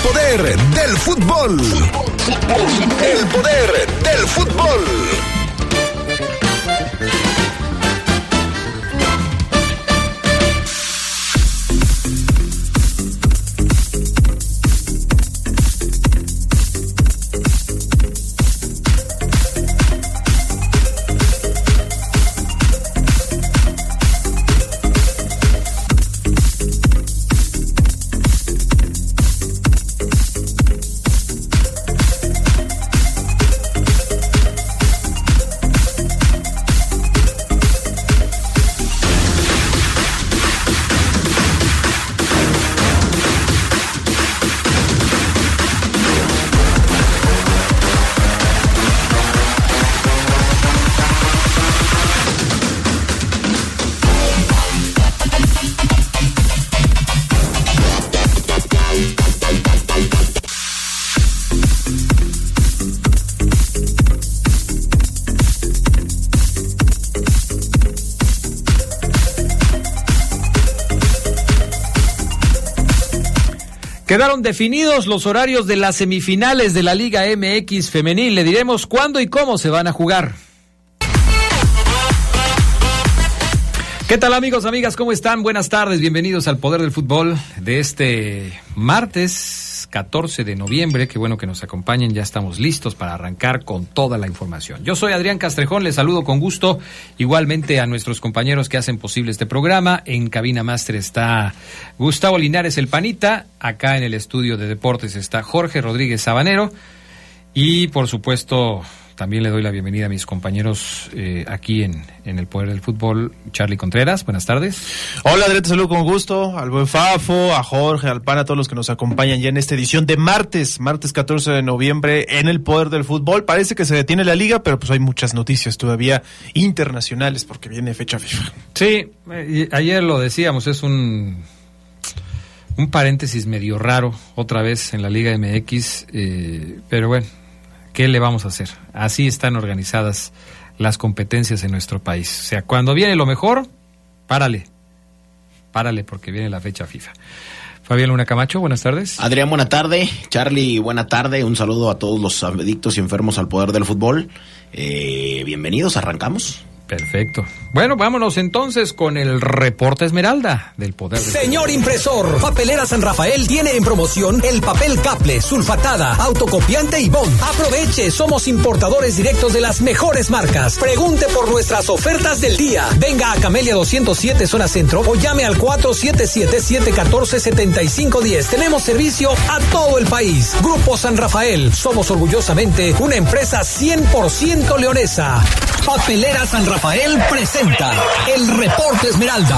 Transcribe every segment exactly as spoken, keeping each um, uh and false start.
poder del fútbol. El poder del fútbol. Quedaron definidos los horarios de las semifinales de la Liga M X femenil. Le diremos cuándo y cómo se van a jugar. ¿Qué tal, amigos, amigas? ¿Cómo están? Buenas tardes, bienvenidos al Poder del Fútbol de este martes catorce de noviembre. Qué bueno que nos acompañen, ya estamos listos para arrancar con toda la información. Yo soy Adrián Castrejón, les saludo con gusto, igualmente a nuestros compañeros que hacen posible este programa. En Cabina Máster está Gustavo Linares, el Panita. Acá en el estudio de deportes está Jorge Rodríguez Sabanero. Y, por supuesto, también le doy la bienvenida a mis compañeros eh, aquí en, en el Poder del Fútbol. Charlie Contreras, buenas tardes. Hola, Adrián, te saludo con gusto, al buen Fafo, a Jorge, al Pan, a todos los que nos acompañan ya en esta edición de martes, martes catorce de noviembre en el Poder del Fútbol. Parece que se detiene la liga, pero pues hay muchas noticias todavía internacionales porque viene fecha FIFA. Sí, eh, ayer lo decíamos, es un... un paréntesis medio raro otra vez en la Liga M X, eh, pero bueno, ¿qué le vamos a hacer? Así están organizadas las competencias en nuestro país. O sea, cuando viene lo mejor, párale, párale porque viene la fecha FIFA. Fabián Luna Camacho, buenas tardes. Adrián, buena tarde. Charlie, buena tarde. Un saludo a todos los adictos y enfermos al poder del fútbol. Eh, bienvenidos, arrancamos. Perfecto. Bueno, vámonos entonces con el reporte Esmeralda del Poder del Señor Fútbol. Impresor, Papelera San Rafael tiene en promoción el papel caple, sulfatada, autocopiante y bond. Aproveche, somos importadores directos de las mejores marcas. Pregunte por nuestras ofertas del día. Venga a Camelia doscientos siete zona centro o llame al cuatro siete siete, siete uno cuatro, siete cinco uno cero. Tenemos servicio a todo el país. Grupo San Rafael, somos orgullosamente una empresa cien por ciento leonesa. Papelera San Rafael presenta el Reporte Esmeralda.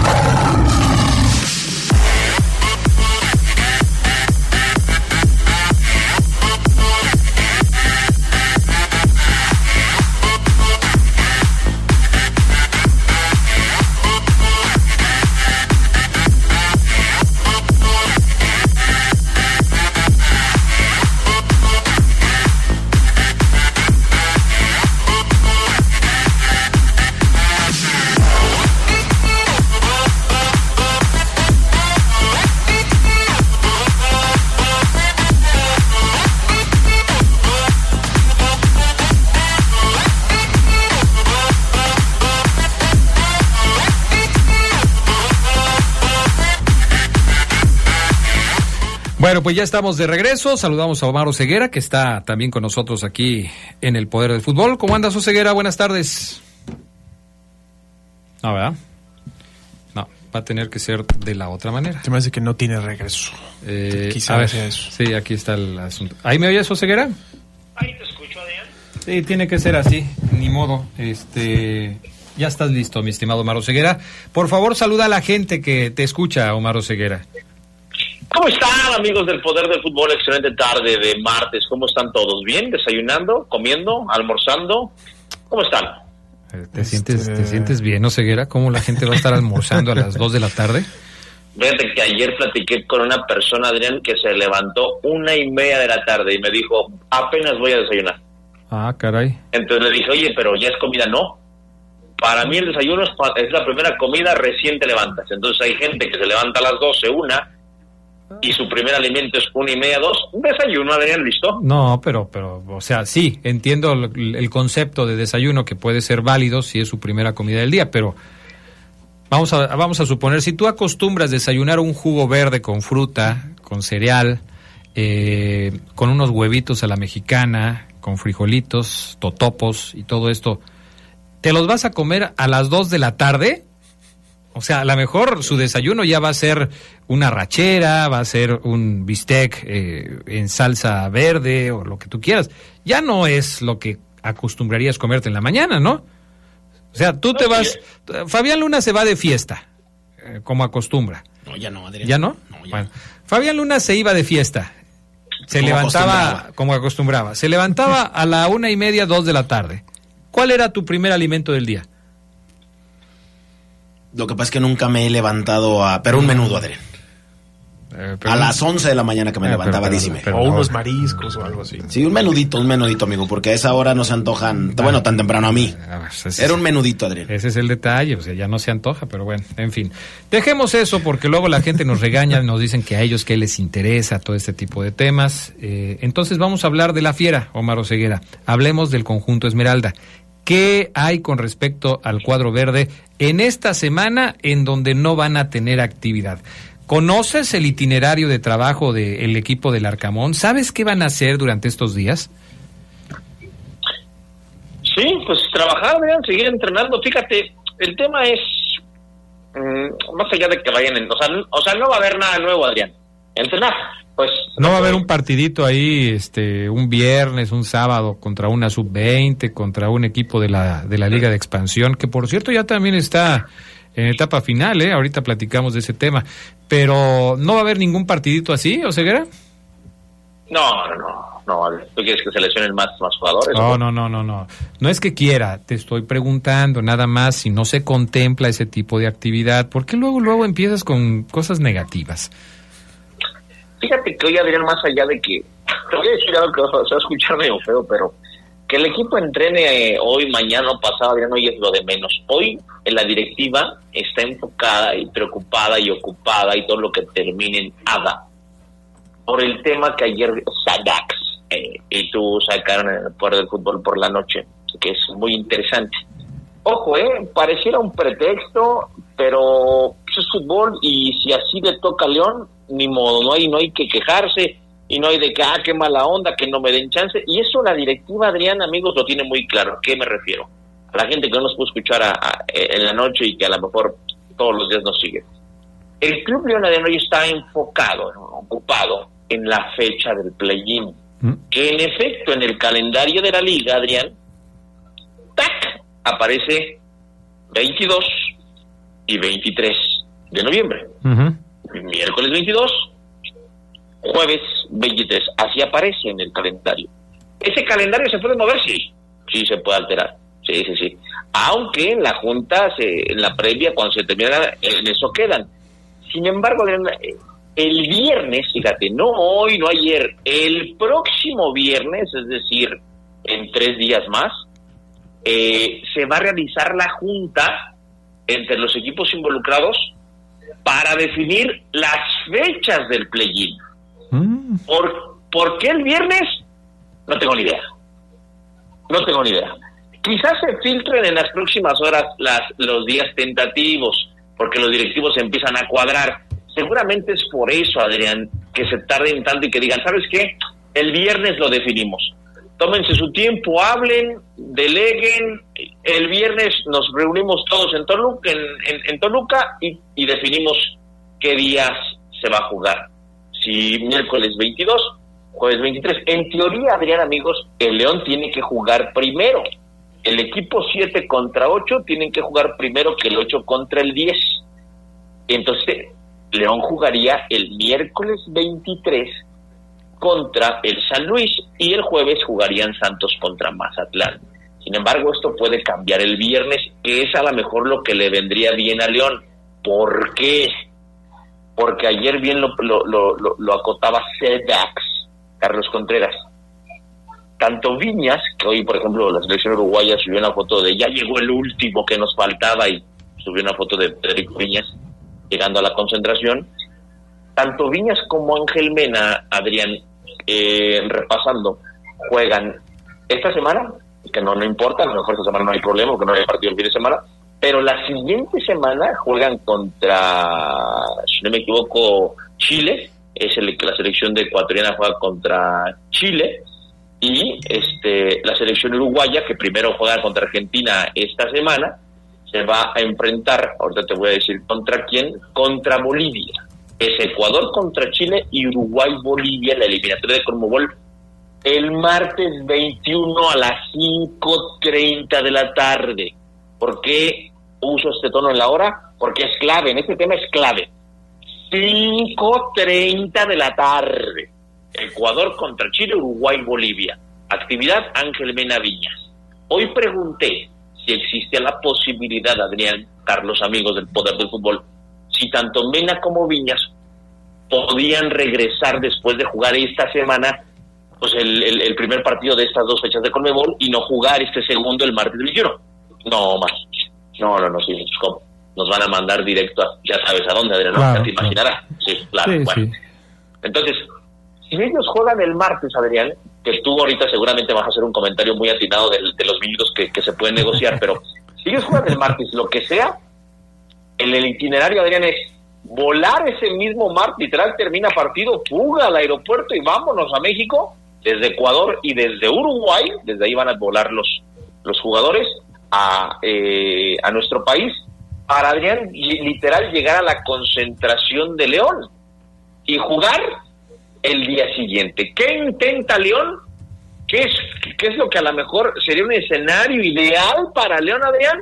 Bueno, pues ya estamos de regreso. Saludamos a Omar Oseguera, que está también con nosotros aquí en el Poder del Fútbol. ¿Cómo andas, Oseguera? Buenas tardes. No, ¿verdad? No, va a tener que ser de la otra manera. Se me hace que no tiene regreso. Eh, Quizá a ver, sea eso. Sí, aquí está el asunto. ¿Ahí me oyes, Oseguera? Ahí te escucho, Adrián. Sí, tiene que ser así, ni modo. Este, ya estás listo, mi estimado Omar Oseguera. Por favor, saluda a la gente que te escucha, Omar Oseguera. ¿Cómo están, amigos del Poder del Fútbol? Excelente tarde de martes. ¿Cómo están todos? ¿Bien? ¿Desayunando? ¿Comiendo? ¿Almorzando? ¿Cómo están? ¿Te sientes, te sientes bien, Oseguera? ¿Cómo la gente va a estar almorzando a las dos de la tarde? Fíjate que ayer platiqué con una persona, Adrián, que se levantó una y media de la tarde y me dijo, apenas voy a desayunar. Ah, caray. Entonces le dije, oye, pero ya es comida. No. Para mí el desayuno es, es la primera comida, recién te levantas. Entonces hay gente que se levanta a las doce, una, y su primer alimento es una y media, dos, un desayuno, Adrián, ¿listo? No, pero, pero, o sea, sí, entiendo el, el concepto de desayuno que puede ser válido si es su primera comida del día, pero vamos a, vamos a suponer, si tú acostumbras desayunar un jugo verde con fruta, con cereal, eh, con unos huevitos a la mexicana, con frijolitos, totopos y todo esto, ¿te los vas a comer a las dos de la tarde? O sea, a lo mejor su desayuno ya va a ser una rachera, va a ser un bistec eh, en salsa verde o lo que tú quieras. Ya no es lo que acostumbrarías comerte en la mañana, ¿no? O sea, tú te vas... Fabián Luna se va de fiesta, eh, como acostumbra. No, ya no, Adrián. ¿Ya no? No, ya bueno, Fabián Luna se iba de fiesta. Se como levantaba acostumbraba. como acostumbraba. Se levantaba a la una y media, dos de la tarde. ¿Cuál era tu primer alimento del día? Lo que pasa es que nunca me he levantado a... Pero un menudo, Adrián. Eh, pero- A las once de la mañana que me Ah, levantaba, pero- dísime. pero- O no. unos mariscos o algo así. Sí, un menudito, un menudito, amigo, porque a esa hora no se antojan... Bueno, tan temprano a mí. A ver, ese- Era un menudito, Adrián. Ese es el detalle, o sea, ya no se antoja, pero bueno, en fin. Dejemos eso porque luego la gente nos regaña, nos dicen que a ellos que les interesa todo este tipo de temas. Eh, entonces vamos a hablar de la fiera, Omar Oseguera. Hablemos del conjunto Esmeralda. ¿Qué hay con respecto al cuadro verde en esta semana en donde no van a tener actividad? ¿Conoces el itinerario de trabajo del equipo del Arcamón? ¿Sabes qué van a hacer durante estos días? Sí, pues trabajar, Adrián, seguir entrenando. Fíjate, el tema es, mmm, más allá de que vayan, en, o sea, n- o sea, no va a haber nada nuevo, Adrián. Entrenar, pues... No va a haber un partidito ahí, este, un viernes, un sábado, contra una sub veinte, contra un equipo de la, de la Liga de Expansión, que por cierto ya también está en etapa final, ¿eh? Ahorita platicamos de ese tema. Pero, ¿no va a haber ningún partidito así, Oseguera? No, no, no, no. ¿Tú quieres que seleccionen más, más jugadores? No, no, no, no, no. No es que quiera, te estoy preguntando nada más si no se contempla ese tipo de actividad, porque luego, luego empiezas con cosas negativas. Fíjate que hoy, Adrián, más allá de que... Te voy a decir algo que se va a escuchar medio feo, pero... Que el equipo entrene eh, hoy, mañana o pasado, Adrián, hoy es lo de menos. Hoy en la directiva está enfocada y preocupada y ocupada y todo lo que termine en ADA. Por el tema que ayer Sadax eh, y tú sacaron en el Poder del Fútbol por la noche, que es muy interesante. Ojo, eh, pareciera un pretexto, pero pues, es fútbol y si así le toca a León, ni modo, no hay, no hay que quejarse y no hay de que, ah, qué mala onda, que no me den chance. Y eso la directiva, Adrián, amigos, lo tiene muy claro. ¿A qué me refiero? A la gente que no nos puede escuchar a, a, en la noche y que a lo mejor todos los días nos sigue. El Club León, Adrián, hoy está enfocado, ¿no? ocupado en la fecha del play-in, ¿Mm? que en efecto en el calendario de la liga, Adrián, ¡tac!, aparece veintidós y veintitrés de noviembre. Uh-huh. Miércoles veintidós, jueves veintitrés, así aparece en el calendario. ¿Ese calendario se puede mover? Sí, sí se puede alterar, sí, sí, sí. Aunque en la junta, se, en la previa, cuando se termina, en eso quedan. Sin embargo, el viernes, fíjate, no hoy, no ayer, el próximo viernes, es decir, en tres días más, eh, se va a realizar la junta entre los equipos involucrados para definir las fechas del play-in. Mm. ¿Por, ¿Por qué el viernes? No tengo ni idea. No tengo ni idea. Quizás se filtren en las próximas horas las, los días tentativos, porque los directivos empiezan a cuadrar. Seguramente es por eso, Adrián, que se tarden tanto y que digan, ¿sabes qué? El viernes lo definimos. Tómense su tiempo, hablen, deleguen. El viernes nos reunimos todos en Toluca, en, en, en Toluca y, y definimos qué días se va a jugar. Si miércoles veintidós, jueves veintitrés. En teoría, Adrián, amigos, el León tiene que jugar primero. El equipo siete contra ocho tienen que jugar primero que el ocho contra el diez. Entonces, León jugaría el miércoles veintitrés contra el San Luis y el jueves jugarían Santos contra Mazatlán. Sin embargo, esto puede cambiar el viernes, que es a lo mejor lo que le vendría bien a León. ¿Por qué? Porque ayer bien lo, lo, lo, lo, lo acotaba Sedax, Carlos Contreras. Tanto Viñas, que hoy, por ejemplo, la selección uruguaya subió una foto de ya llegó el último que nos faltaba y subió una foto de Federico Viñas llegando a la concentración. Tanto Viñas como Ángel Mena, Adrián, eh, repasando, juegan esta semana, que no, no importa, a lo mejor esta semana no hay problema, porque no hay partido el fin de semana, pero la siguiente semana juegan contra, si no me equivoco, Chile, es el que la selección de ecuatoriana juega contra Chile, y este la selección uruguaya, que primero juega contra Argentina esta semana, se va a enfrentar, ahorita te voy a decir contra quién, contra Bolivia. Es Ecuador contra Chile y Uruguay-Bolivia en la eliminatoria de Conmebol el martes veintiuno a las cinco treinta de la tarde. ¿Por qué uso este tono en la hora? Porque es clave, en este tema es clave. cinco treinta de la tarde. Ecuador contra Chile, Uruguay-Bolivia. Actividad Ángel Mena Viñas. Hoy pregunté si existe la posibilidad, Adrián, Carlos, amigos del Poder del Fútbol, si tanto Mena como Viñas podían regresar después de jugar esta semana pues el, el, el primer partido de estas dos fechas de Conmebol y no jugar este segundo el martes veintiuno. No más. No, no, no, sí, ¿cómo? Nos van a mandar directo a, ya sabes a dónde, Adrián, ¿no? Claro, Ya te imaginarás. Claro. Sí, claro, sí, bueno. Sí. Entonces, si ellos juegan el martes, Adrián, que tú ahorita seguramente vas a hacer un comentario muy atinado de, de los minutos que, que se pueden negociar, pero si ellos juegan el martes, lo que sea, en el itinerario, Adrián, es volar ese mismo martes, literal, termina partido, fuga al aeropuerto y vámonos a México, desde Ecuador y desde Uruguay, desde ahí van a volar los, los jugadores a, eh, a nuestro país, para, Adrián, literal, llegar a la concentración de León y jugar el día siguiente. ¿Qué intenta León? ¿Qué es, qué es lo que a lo mejor sería un escenario ideal para León, Adrián?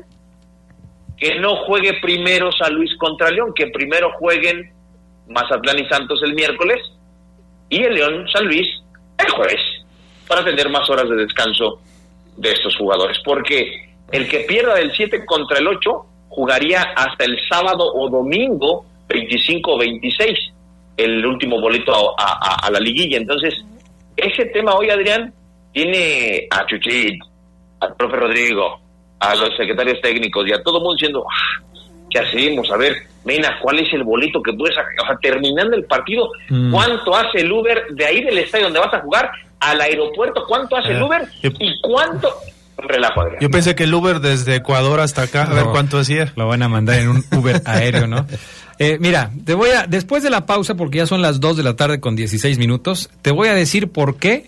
Que no juegue primero San Luis contra León, que primero jueguen Mazatlán y Santos el miércoles y el León San Luis el jueves, para tener más horas de descanso de estos jugadores, porque el que pierda del siete contra el ocho jugaría hasta el sábado o domingo veinticinco o veintiséis el último boleto a, a, a la liguilla. Entonces, ese tema hoy, Adrián, tiene a Chuchit, al profe Rodrigo, a los secretarios técnicos y a todo el mundo diciendo, ah, ¿qué hacemos? A ver, Mena, ¿cuál es el bolito que puedes sacar? O sea, terminando el partido, mm. ¿cuánto hace el Uber de ahí del estadio donde vas a jugar al aeropuerto? ¿Cuánto hace eh, el Uber? Yo, ¿Y cuánto? Un relajo, Adrián. Yo pensé que el Uber desde Ecuador hasta acá, a no, ver cuánto hacía. Lo van a mandar en un Uber aéreo, ¿no? Eh, mira, te voy a, después de la pausa, porque ya son las dos de la tarde con dieciséis minutos, te voy a decir por qué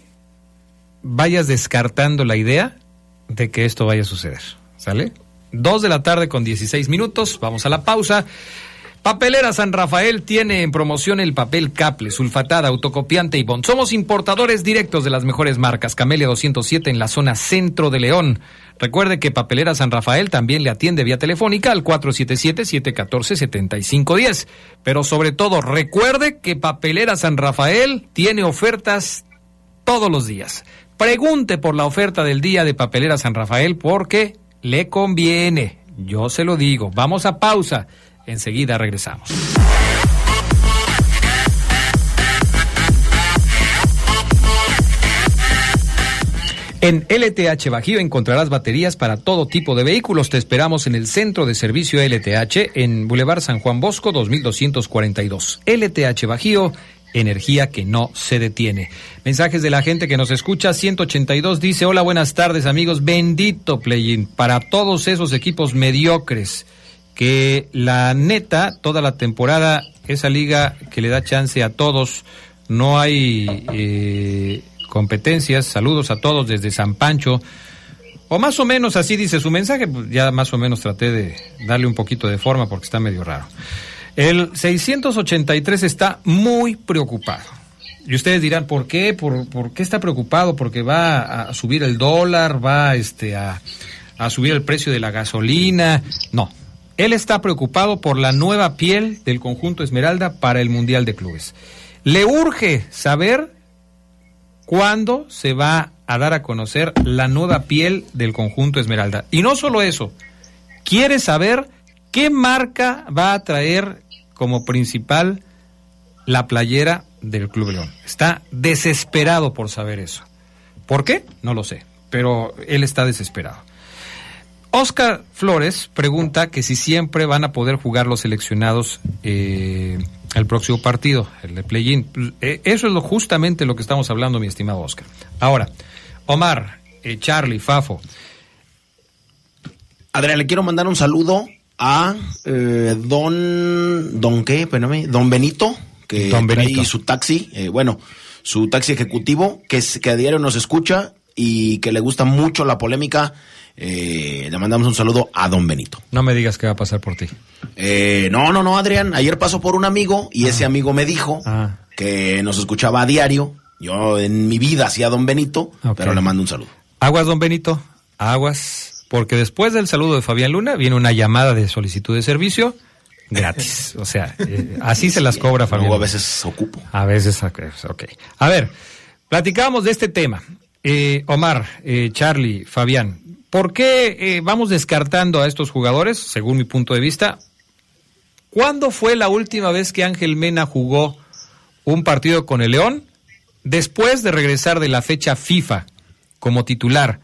vayas descartando la idea de que esto vaya a suceder, ¿sale? dos de la tarde con dieciséis minutos, vamos a la pausa. Papelera San Rafael tiene en promoción el papel Caple, sulfatada, autocopiante y bond. Somos importadores directos de las mejores marcas. Camelia doscientos siete en la zona centro de León. Recuerde que Papelera San Rafael también le atiende vía telefónica al cuatro siete siete, siete uno cuatro, siete cinco uno cero. Pero sobre todo, recuerde que Papelera San Rafael tiene ofertas todos los días. Pregunte por la oferta del día de Papelera San Rafael porque le conviene. Yo se lo digo. Vamos a pausa. Enseguida regresamos. En L T H Bajío encontrarás baterías para todo tipo de vehículos. Te esperamos en el Centro de Servicio L T H en Boulevard San Juan Bosco dos mil doscientos cuarenta y dos. L T H Bajío, energía que no se detiene. Mensajes de la gente que nos escucha. ciento ochenta y dos dice: hola, buenas tardes, amigos. Bendito play-in para todos esos equipos mediocres. Que la neta, toda la temporada, esa liga que le da chance a todos, no hay eh, competencias. Saludos a todos desde San Pancho. O más o menos así dice su mensaje, pues ya más o menos traté de darle un poquito de forma porque está medio raro. El seiscientos ochenta y tres está muy preocupado. Y ustedes dirán, ¿por qué? ¿Por, por qué está preocupado? Porque va a subir el dólar, va este, a, a subir el precio de la gasolina. No. Él está preocupado por la nueva piel del conjunto Esmeralda para el Mundial de Clubes. Le urge saber cuándo se va a dar a conocer la nueva piel del conjunto Esmeralda. Y no solo eso, quiere saber qué marca va a traer como principal la playera del Club León. Está desesperado por saber eso. ¿Por qué? No lo sé, pero él está desesperado. Oscar Flores pregunta que si siempre van a poder jugar los seleccionados eh, el próximo partido, el de play-in. Eh, eso es lo, justamente lo que estamos hablando, mi estimado Oscar. Ahora, Omar, eh, Charlie, Fafo. Adrián, le quiero mandar un saludo a eh, don, don qué, Espérame, don Benito, que don trae Benito. su taxi, eh, bueno, su taxi ejecutivo, que, es, que a diario nos escucha y que le gusta mucho la polémica. Eh, le mandamos un saludo a don Benito. No me digas que va a pasar por ti. Eh, no, no, no, Adrián, ayer pasó por un amigo y ah. ese amigo me dijo ah. que nos escuchaba a diario. Yo en mi vida hacía don Benito, okay. pero le mando un saludo. Aguas, don Benito, aguas, porque después del saludo de Fabián Luna viene una llamada de solicitud de servicio gratis. O sea, eh, así sí, se las cobra Fabián. Luego a veces ocupo. A veces, ok. A ver, platicábamos de este tema. Eh, Omar, eh, Charlie, Fabián, ¿por qué eh, vamos descartando a estos jugadores, según mi punto de vista? ¿Cuándo fue la última vez que Ángel Mena jugó un partido con el León? Después de regresar de la fecha FIFA como titular.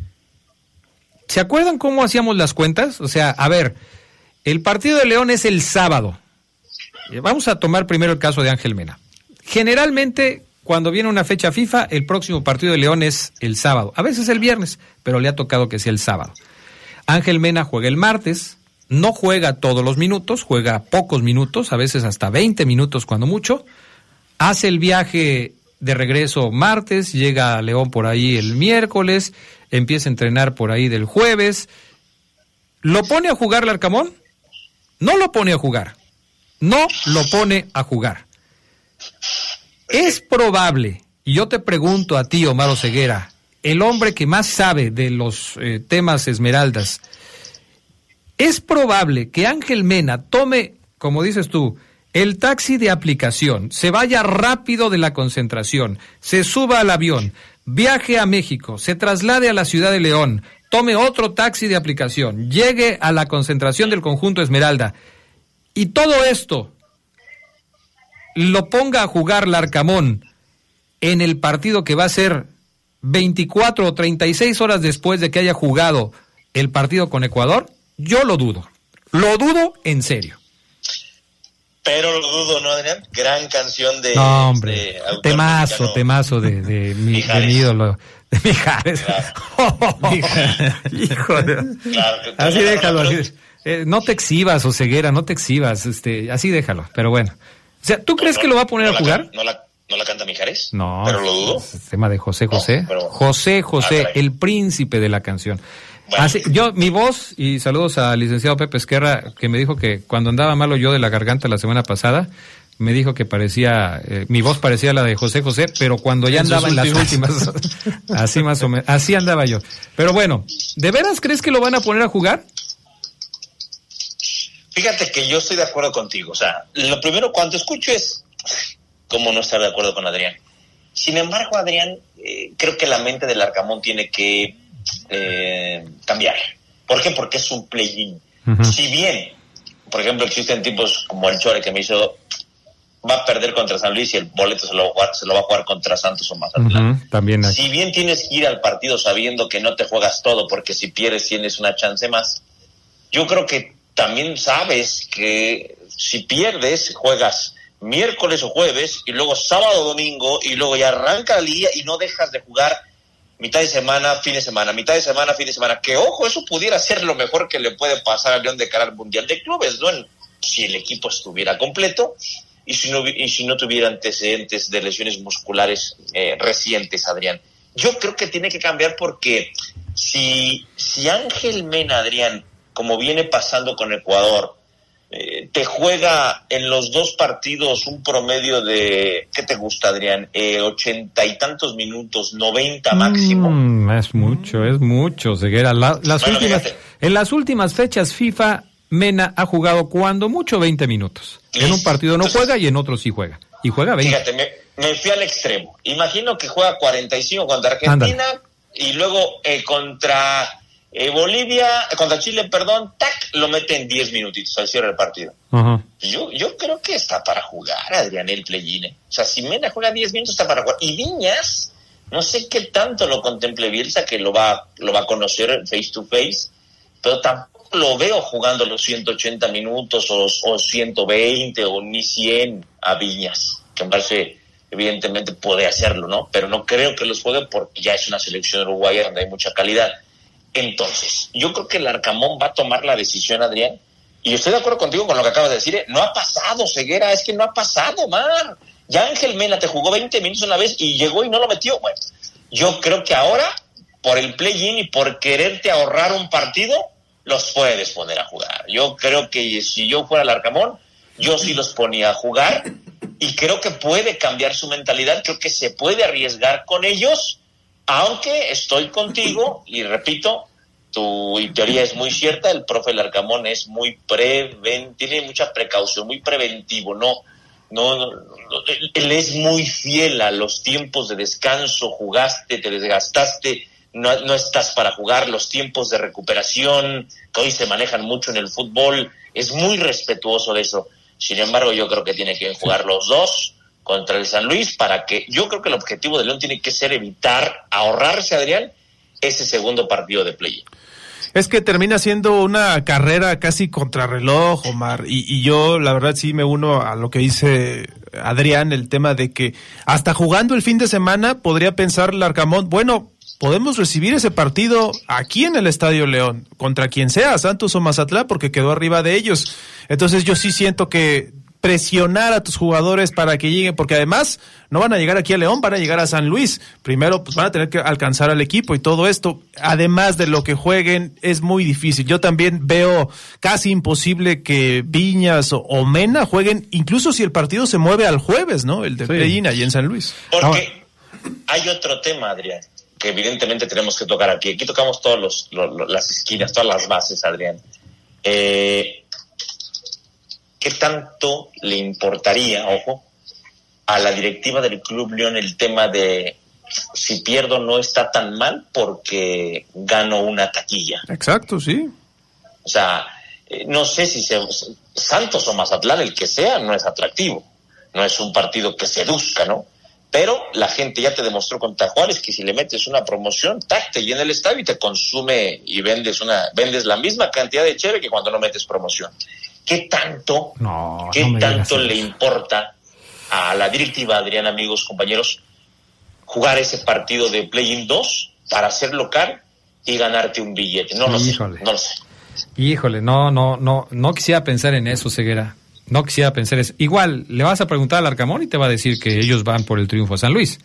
¿Se acuerdan cómo hacíamos las cuentas? O sea, a ver, el partido de León es el sábado. Vamos a tomar primero el caso de Ángel Mena. Generalmente, cuando viene una fecha FIFA, el próximo partido de León es el sábado. A veces el viernes, pero le ha tocado que sea el sábado. Ángel Mena juega el martes, no juega todos los minutos, juega pocos minutos, a veces hasta veinte minutos cuando mucho. Hace el viaje de regreso martes, llega a León por ahí el miércoles, empieza a entrenar por ahí del jueves. ¿Lo pone a jugar Larcamón? No lo pone a jugar. No lo pone a jugar. Es probable, y yo te pregunto a ti, Omar Oseguera, el hombre que más sabe de los eh, temas Esmeraldas, es probable que Ángel Mena tome, como dices tú, el taxi de aplicación, se vaya rápido de la concentración, se suba al avión, viaje a México, se traslade a la ciudad de León, tome otro taxi de aplicación, llegue a la concentración del conjunto Esmeralda, y todo esto lo ponga a jugar Larcamón en el partido que va a ser veinticuatro o treinta y seis horas después de que haya jugado el partido con Ecuador, yo lo dudo. Lo dudo en serio. Pero lo dudo, ¿no, Adrián? Gran canción de... No, hombre, de temazo, mexicano. temazo de, de, mi, de mi ídolo, de Mijares. Claro. Oh, híjole. Claro, así déjalo. No, pero... así, eh, no te exhibas, Oseguera, no te exhibas, este, así déjalo, pero bueno. O sea, ¿tú crees no, que lo va a poner no a jugar? Can, no, la, ¿No la canta Mijares? No. Pero lo dudo. Es el tema de José José. No, pero... José José, ah, el príncipe de la canción. Bueno. Así, yo, mi voz, y saludos al licenciado Pepe Esquerra, que me dijo que cuando andaba malo yo de la garganta la semana pasada, me dijo que parecía, eh, mi voz parecía la de José José, pero cuando ya andaba en las últimas, así más o menos, así andaba yo. Pero bueno, ¿de veras crees que lo van a poner a jugar? Fíjate que yo estoy de acuerdo contigo. O sea, lo primero cuando escucho es cómo no estar de acuerdo con Adrián. Sin embargo, Adrián, eh, creo que la mente del Larcamón tiene que eh, cambiar. ¿Por qué? Porque es un play-in. Uh-huh. Si bien, por ejemplo, existen tipos como el Chore que me hizo, va a perder contra San Luis y el boleto se lo va a jugar, se lo va a jugar contra Santos o Mazatlán. Uh-huh. También hay. Si bien tienes que ir al partido sabiendo que no te juegas todo, porque si pierdes tienes una chance más, yo creo que también sabes que si pierdes, juegas miércoles o jueves, y luego sábado o domingo, y luego ya arranca el día y no dejas de jugar mitad de semana, fin de semana, mitad de semana, fin de semana. Que ojo, eso pudiera ser lo mejor que le puede pasar al León de cara al Mundial de Clubes, ¿no? Si el equipo estuviera completo y si no, y si no tuviera antecedentes de lesiones musculares eh, recientes, Adrián. Yo creo que tiene que cambiar porque si, si Ángel Mena, Adrián, como viene pasando con Ecuador, eh, te juega en los dos partidos un promedio de, ¿qué te gusta, Adrián? Eh, ochenta y tantos minutos, noventa máximo. Mm, es mucho, es mucho, Ceguera. La, las bueno, últimas, en las últimas fechas FIFA, Mena ha jugado cuando mucho veinte minutos. En un partido no Entonces, juega y en otro sí juega. Y juega veinte. Fíjate, me, me fui al extremo. Imagino que juega cuarenta y cinco contra Argentina. Ándale. Y luego eh, contra... Eh, Bolivia, contra Chile, perdón, tac, lo mete en diez minutitos al cierre del partido. Uh-huh. Yo yo creo que está para jugar, Adrián, el play-in. O sea, si Mena juega diez minutos, está para jugar. Y Viñas, no sé qué tanto lo contemple Bielsa, que lo va, lo va a conocer face to face, pero tampoco lo veo jugando los ciento ochenta minutos o, o ciento veinte o ni cien a Viñas, que me parece evidentemente puede hacerlo, ¿no? Pero no creo que los juegue porque ya es una selección uruguaya donde hay mucha calidad. Entonces, yo creo que el Arcamón va a tomar la decisión, Adrián, y estoy de acuerdo contigo con lo que acabas de decir, ¿eh? No ha pasado, Ceguera, es que no ha pasado, man. Ya Ángel Mena te jugó veinte minutos una vez y llegó y no lo metió. Bueno, yo creo que ahora, por el play-in y por quererte ahorrar un partido, los puedes poner a jugar. Yo creo que si yo fuera el Arcamón, yo sí los ponía a jugar y creo que puede cambiar su mentalidad, creo que se puede arriesgar con ellos, aunque estoy contigo y repito, tu teoría es muy cierta, el profe Larcamón es muy preventivo, tiene mucha precaución, muy preventivo, no, no, no, él es muy fiel a los tiempos de descanso, jugaste, te desgastaste, no, no estás para jugar, los tiempos de recuperación, que hoy se manejan mucho en el fútbol, es muy respetuoso de eso. Sin embargo, yo creo que tiene que jugar los dos contra el San Luis para que, yo creo que el objetivo de León tiene que ser evitar, ahorrarse, Adrián, ese segundo partido de play. Es que termina siendo una carrera casi contrarreloj, Omar, y, y yo la verdad sí me uno a lo que dice Adrián, el tema de que hasta jugando el fin de semana podría pensar Larcamón, bueno, podemos recibir ese partido aquí en el Estadio León, contra quien sea, Santos o Mazatlán, porque quedó arriba de ellos. Entonces yo sí siento que presionar a tus jugadores para que lleguen, porque además no van a llegar aquí a León, van a llegar a San Luis. Primero, pues van a tener que alcanzar al equipo y todo esto. Además de lo que jueguen, es muy difícil. Yo también veo casi imposible que Viñas o, o Mena jueguen, incluso si el partido se mueve al jueves, ¿no? El de sí. Play-in allí en San Luis. Porque ah. hay otro tema, Adrián, que evidentemente tenemos que tocar aquí. Aquí tocamos todas los, los, las esquinas, todas las bases, Adrián. Eh... ¿Qué tanto le importaría, ojo, a la directiva del Club León el tema de si pierdo no está tan mal porque gano una taquilla? Exacto, sí. O sea, eh, no sé si se, Santos o Mazatlán, el que sea, no es atractivo. No es un partido que seduzca, ¿no? Pero la gente ya te demostró contra Juárez que si le metes una promoción, tac, te llena el estadio y te consume y vendes una vendes la misma cantidad de cheve que cuando no metes promoción. ¿Qué tanto, no, qué no tanto le importa a la directiva, Adrián, amigos, compañeros, jugar ese partido de Play-in dos para ser local y ganarte un billete? No lo Híjole. sé, no lo sé. Híjole, no, no, no, no quisiera pensar en eso, Ceguera. No quisiera pensar eso. Igual, le vas a preguntar al Arcamón y te va a decir que ellos van por el triunfo a San Luis.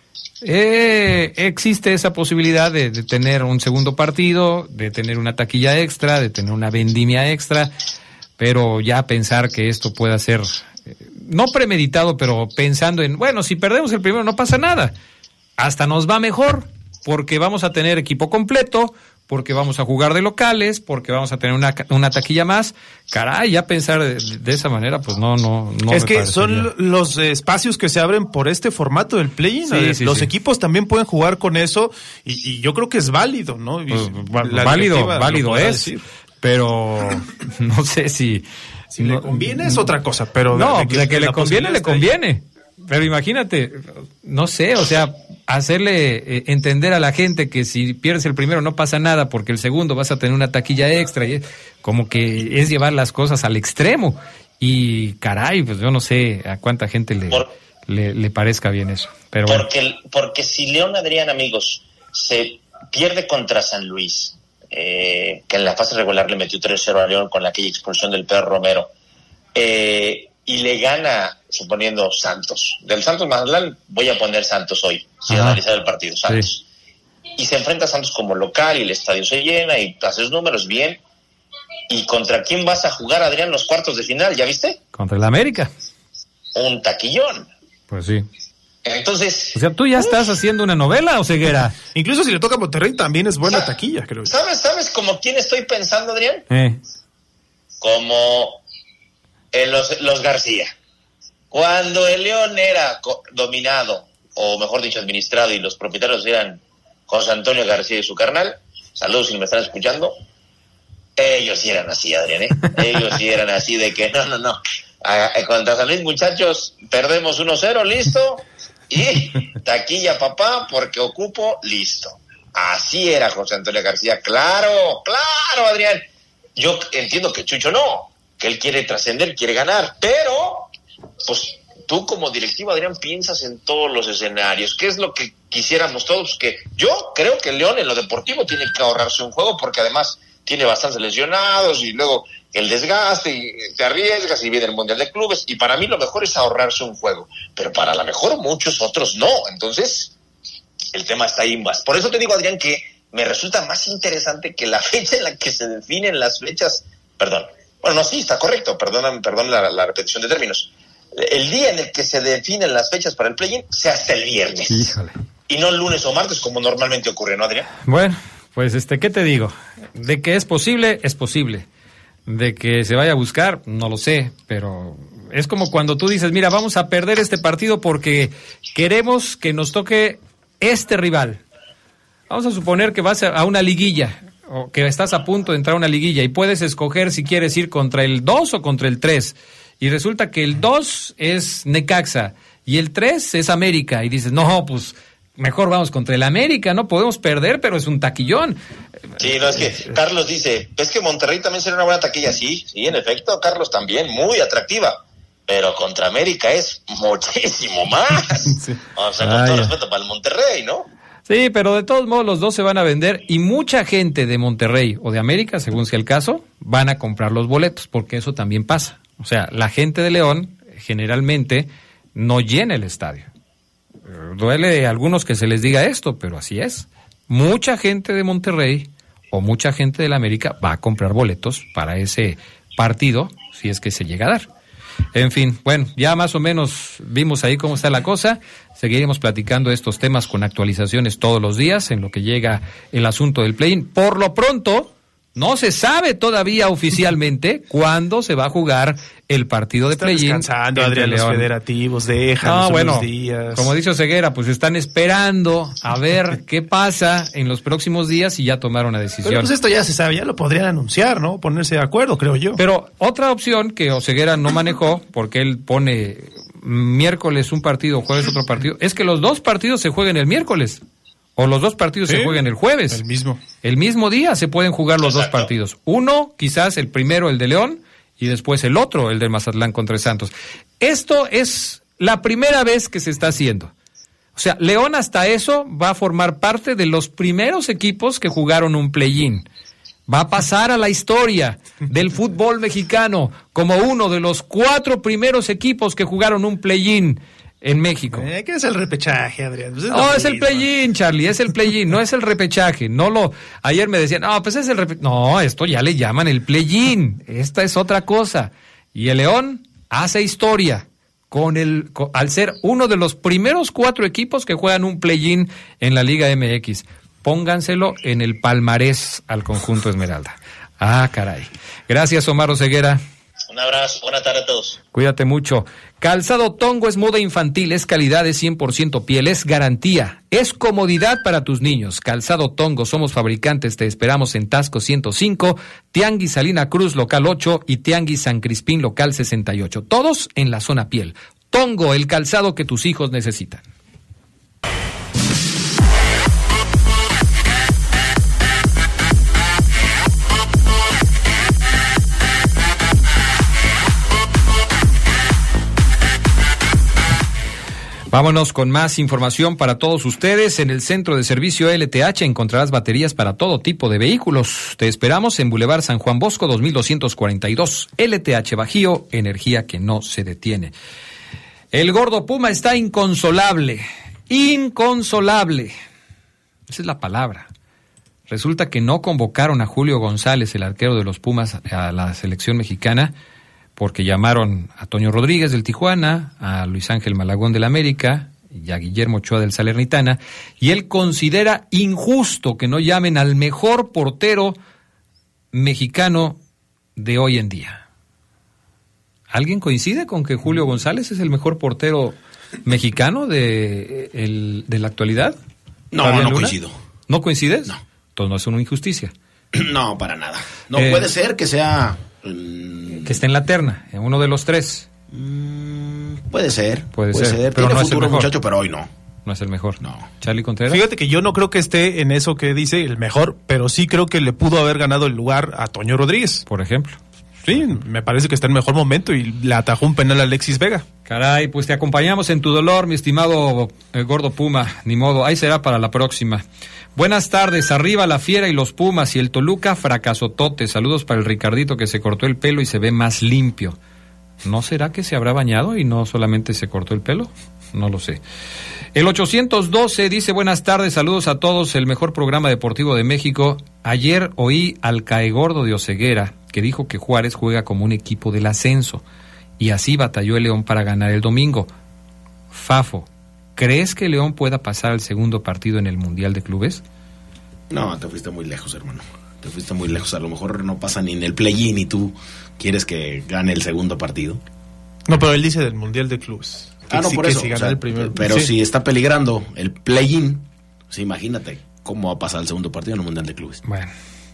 Eh, existe esa posibilidad de, de tener un segundo partido, de tener una taquilla extra, de tener una vendimia extra. Pero ya pensar que esto pueda ser, eh, no premeditado, pero pensando en, bueno, si perdemos el primero no pasa nada, hasta nos va mejor, porque vamos a tener equipo completo, porque vamos a jugar de locales, porque vamos a tener una, una taquilla más. Caray, ya pensar de, de esa manera, pues no, no, no. Es que son los espacios que se abren por este formato del play-in. Sí, sí, los sí. equipos también pueden jugar con eso y, y yo creo que es válido, ¿no? Pues, válido, válido es. Decir. Pero no sé si... Si no, le conviene es otra cosa, pero... No, de que, de que le conviene, le conviene. Pero imagínate, no sé, o sea, hacerle eh, entender a la gente que si pierdes el primero no pasa nada porque el segundo vas a tener una taquilla extra. Y es, como que es llevar las cosas al extremo. Y caray, pues yo no sé a cuánta gente le, Por, le, le parezca bien eso. Pero porque, bueno. porque si León, Adrián, amigos, se pierde contra San Luis... Eh, que en la fase regular le metió tres cero a León con aquella expulsión del Pedro Romero, eh, y le gana, suponiendo Santos, del Santos Mazatlán, voy a poner Santos hoy, sin Ajá. analizar el partido, Santos, sí. Y se enfrenta a Santos como local y el estadio se llena y haces números bien. ¿Y contra quién vas a jugar, Adrián, los cuartos de final? ¿Ya viste? Contra el América. Un taquillón. Pues sí. Entonces... O sea, ¿tú ya uf. estás haciendo una novela o Ceguera? Incluso si le toca a Monterrey también es buena ¿sabes, taquilla, creo. ¿Sabes, sabes como quién estoy pensando, Adrián? Eh. Como en los, los García. Cuando el León era co- dominado, o mejor dicho, administrado, y los propietarios eran José Antonio García y su carnal, saludos si me están escuchando, ellos sí eran así, Adrián, ¿eh? Ellos sí eran así de que, no, no, no. A, a, contra San Luis, muchachos, perdemos uno cero, listo... Y taquilla, papá, porque ocupo, listo. Así era José Antonio García. Claro, claro, Adrián. Yo entiendo que Chucho no, que él quiere trascender, quiere ganar, pero pues tú como directivo, Adrián, piensas en todos los escenarios. ¿Qué es lo que quisiéramos todos? Que yo creo que León en lo deportivo tiene que ahorrarse un juego, porque además tiene bastantes lesionados y luego el desgaste y te arriesgas y viene el Mundial de Clubes, y para mí lo mejor es ahorrarse un juego, pero para lo mejor muchos otros no. Entonces el tema está ahí más. Por eso te digo, Adrián, que me resulta más interesante que la fecha en la que se definen las fechas, perdón, bueno, no, sí, está correcto, perdón, perdón la, la repetición de términos, el día en el que se definen las fechas para el play-in sea hasta el viernes. Híjole. Y no lunes o martes como normalmente ocurre, ¿no, Adrián? Bueno, pues este, ¿qué te digo? De que es posible, es posible. De que se vaya a buscar, no lo sé, pero es como cuando tú dices, mira, vamos a perder este partido porque queremos que nos toque este rival. Vamos a suponer que vas a una liguilla, o que estás a punto de entrar a una liguilla, y puedes escoger si quieres ir contra el dos o contra el tres. Y resulta que el dos es Necaxa y el tres es América. Y dices, no, pues mejor vamos contra el América, no podemos perder, pero es un taquillón. Sí, no, es que Carlos dice, es que Monterrey también sería una buena taquilla. Sí, sí, en efecto, Carlos, también, muy atractiva. Pero contra América es muchísimo más. Sí. O sea, con ah, todo ya. respeto para el Monterrey, ¿no? Sí, pero de todos modos los dos se van a vender, y mucha gente de Monterrey o de América, según sea el caso, van a comprar los boletos, porque eso también pasa. O sea, la gente de León generalmente no llena el estadio. Duele a algunos que se les diga esto, pero así es. Mucha gente de Monterrey o mucha gente de la América va a comprar boletos para ese partido, si es que se llega a dar. En fin, bueno, ya más o menos vimos ahí cómo está la cosa. Seguiremos platicando estos temas con actualizaciones todos los días en lo que llega el asunto del play-in. Por lo pronto, no se sabe todavía oficialmente cuándo se va a jugar el partido de play-in. Están descansando, Adrián, los federativos, déjanos no, bueno, unos días. Como dice Ceguera, pues están esperando a ver qué pasa en los próximos días y ya tomar una decisión. Pero pues esto ya se sabe, ya lo podrían anunciar, ¿no? Ponerse de acuerdo, creo yo. Pero otra opción que Oseguera no manejó, porque él pone miércoles un partido, jueves otro partido, es que los dos partidos se jueguen el miércoles. O los dos partidos sí, se jueguen el jueves. El mismo. El mismo día se pueden jugar los Exacto. dos partidos. Uno, quizás el primero, el de León, y después el otro, el de Mazatlán contra Santos. Esto es la primera vez que se está haciendo. O sea, León hasta eso va a formar parte de los primeros equipos que jugaron un play-in. Va a pasar a la historia del fútbol mexicano como uno de los cuatro primeros equipos que jugaron un play-in en México. Eh, ¿Qué es el repechaje, Adrián? Pues es no, es el play-in, Charlie, es el play-in, no es el repechaje. No lo. Ayer me decían, no, pues es el repechaje. No, esto ya le llaman el play-in. Esta es otra cosa. Y el León hace historia con el, con, al ser uno de los primeros cuatro equipos que juegan un play-in en la Liga M X. Pónganselo en el palmarés al conjunto Esmeralda. Ah, caray. Gracias, Omar Oseguera. Un abrazo, buena tarde a todos. Cuídate mucho. Calzado Tongo es moda infantil, es calidad, es cien por ciento piel, es garantía, es comodidad para tus niños. Calzado Tongo, somos fabricantes, te esperamos en Tasco ciento cinco, Tianguis Salina Cruz, local ocho, y Tianguis San Crispín, local sesenta y ocho. Todos en la zona piel. Tongo, el calzado que tus hijos necesitan. Vámonos con más información para todos ustedes. En el Centro de Servicio L T H encontrarás baterías para todo tipo de vehículos. Te esperamos en Boulevard San Juan Bosco dos mil doscientos cuarenta y dos. L T H Bajío, energía que no se detiene. El Gordo Puma está inconsolable. Inconsolable. Esa es la palabra. Resulta que no convocaron a Julio González, el arquero de los Pumas, a la selección mexicana, porque llamaron a Toño Rodríguez del Tijuana, a Luis Ángel Malagón del América y a Guillermo Ochoa del Salernitana, y él considera injusto que no llamen al mejor portero mexicano de hoy en día. ¿Alguien coincide con que Julio González es el mejor portero mexicano de, el, de la actualidad? No, no Luna? coincido. ¿No coincides? No. Entonces no es una injusticia. No, para nada. No eh, puede ser que sea... Que esté en la terna, en uno de los tres. Mm, puede ser. Puede, puede ser, ser. Pero Tiene no futuro es el muchacho, pero hoy no. No es el mejor. No. Charlie Contreras. Fíjate que yo no creo que esté en eso que dice el mejor, pero sí creo que le pudo haber ganado el lugar a Toño Rodríguez. Por ejemplo. Sí, me parece que está en mejor momento y le atajó un penal a Alexis Vega. Caray, pues te acompañamos en tu dolor, mi estimado eh, Gordo Puma. Ni modo, ahí será para la próxima. Buenas tardes, arriba la Fiera y los Pumas y el Toluca fracasotote. Saludos para el Ricardito que se cortó el pelo y se ve más limpio. ¿No será que se habrá bañado y no solamente se cortó el pelo? No lo sé. El ochocientos doce dice, buenas tardes, saludos a todos, el mejor programa deportivo de México. Ayer oí al caegordo de Oseguera que dijo que Juárez juega como un equipo del ascenso y así batalló el León para ganar el domingo. Fafo, ¿crees que León pueda pasar al segundo partido en el Mundial de Clubes? No, te fuiste muy lejos, hermano. Te fuiste muy lejos. A lo mejor no pasa ni en el play-in y tú quieres que gane el segundo partido. No, pero él dice del Mundial de Clubes. Ah, no, sí, por que eso. si gana O sea, el primer... pero sí. si está peligrando el play-in, pues imagínate cómo va a pasar el segundo partido en el Mundial de Clubes. Bueno.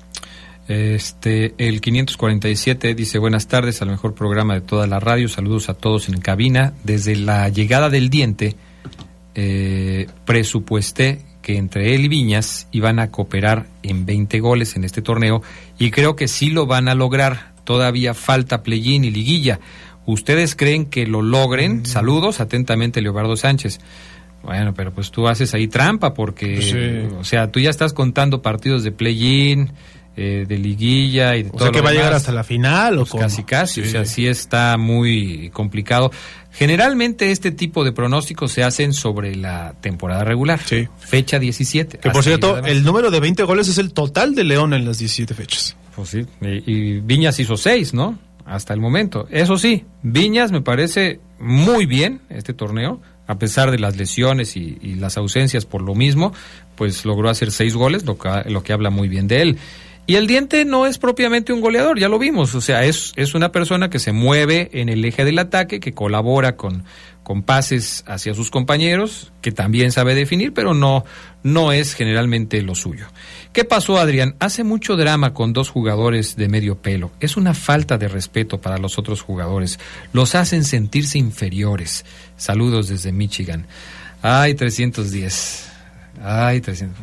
Este, el quinientos cuarenta y siete dice, buenas tardes al mejor programa de toda la radio, saludos a todos en cabina. Desde la llegada del Diente, eh, presupuesté que entre él y Viñas iban a cooperar en veinte goles en este torneo y creo que sí lo van a lograr. Todavía falta play-in y liguilla. ¿Ustedes creen que lo logren? Mm. Saludos, atentamente, Leobardo Sánchez. Bueno, pero pues tú haces ahí trampa porque, sí. O sea, tú ya estás contando partidos de play-in, eh, de liguilla y de o todo sea, que lo va demás. A llegar hasta la final o pues casi casi, sí. O sea, sí está muy complicado. Generalmente este tipo de pronósticos se hacen sobre la temporada regular, sí. Fecha diecisiete. Que por cierto, el número de veinte goles es el total de León en las diecisiete fechas. Pues sí, y, y Viñas hizo seis, ¿no? Hasta el momento. Eso sí, Viñas me parece muy bien este torneo, a pesar de las lesiones y, y las ausencias por lo mismo, pues logró hacer seis goles, lo que, lo que habla muy bien de él. Y el Diente no es propiamente un goleador, ya lo vimos, o sea, es, es una persona que se mueve en el eje del ataque, que colabora con, con pases hacia sus compañeros, que también sabe definir, pero no, no es generalmente lo suyo. ¿Qué pasó, Adrián? Hace mucho drama con dos jugadores de medio pelo. Es una falta de respeto para los otros jugadores. Los hacen sentirse inferiores. Saludos desde Michigan. Ay, trescientos diez. Ay, trescientos.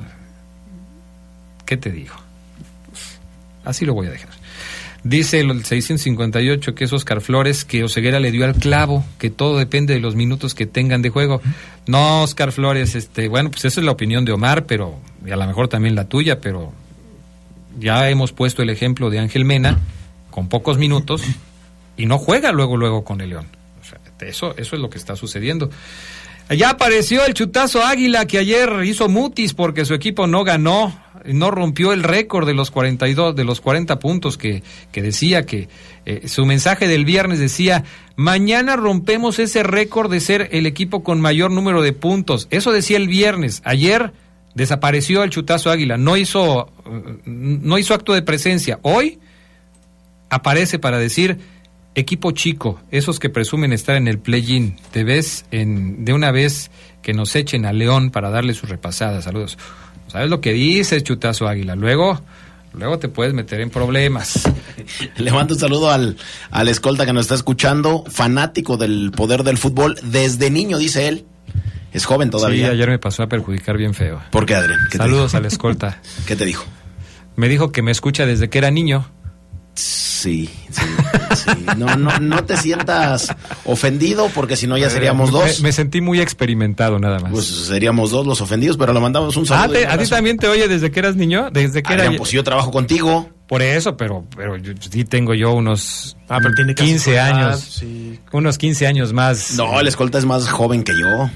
¿Qué te digo? Así lo voy a dejar. Dice el seiscientos cincuenta y ocho que es Oscar Flores, que Oseguera le dio al clavo, que todo depende de los minutos que tengan de juego. No, Oscar Flores, este, bueno, pues esa es la opinión de Omar, pero y a lo mejor también la tuya, pero ya hemos puesto el ejemplo de Ángel Mena con pocos minutos y no juega luego luego con el León. O sea, eso eso es lo que está sucediendo. Ya apareció el chutazo Águila que ayer hizo mutis porque su equipo no ganó, no rompió el récord de los cuarenta y dos, de los cuarenta puntos que, que decía que eh, su mensaje del viernes decía, mañana rompemos ese récord de ser el equipo con mayor número de puntos. Eso decía el viernes. Ayer desapareció el chutazo Águila, no hizo, no hizo acto de presencia. Hoy aparece para decir, equipo chico, esos que presumen estar en el play-in, te ves en, de una vez que nos echen a León para darle su repasada. Saludos. ¿Sabes lo que dices, chutazo Águila? Luego, luego te puedes meter en problemas. Le mando un saludo al, al escolta que nos está escuchando, fanático del poder del fútbol, desde niño, dice él. Es joven todavía. Sí, ayer me pasó a perjudicar bien feo. ¿Por qué, Adrián? ¿Qué Saludos al escolta. ¿Qué te dijo? Me dijo que me escucha desde que era niño. Sí, sí, sí. No, no, no te sientas ofendido porque si no ya seríamos dos. Me, me sentí muy experimentado nada más. Pues seríamos dos los ofendidos, pero le mandamos un saludo. Ah, te, ¿a ti también te oye desde que eras niño? Desde que Adrián, era... pues yo trabajo contigo. Por eso, pero pero yo, sí tengo yo unos ah, pero tiene quince años. Sí. Unos quince años más. No, el escolta es más joven que yo.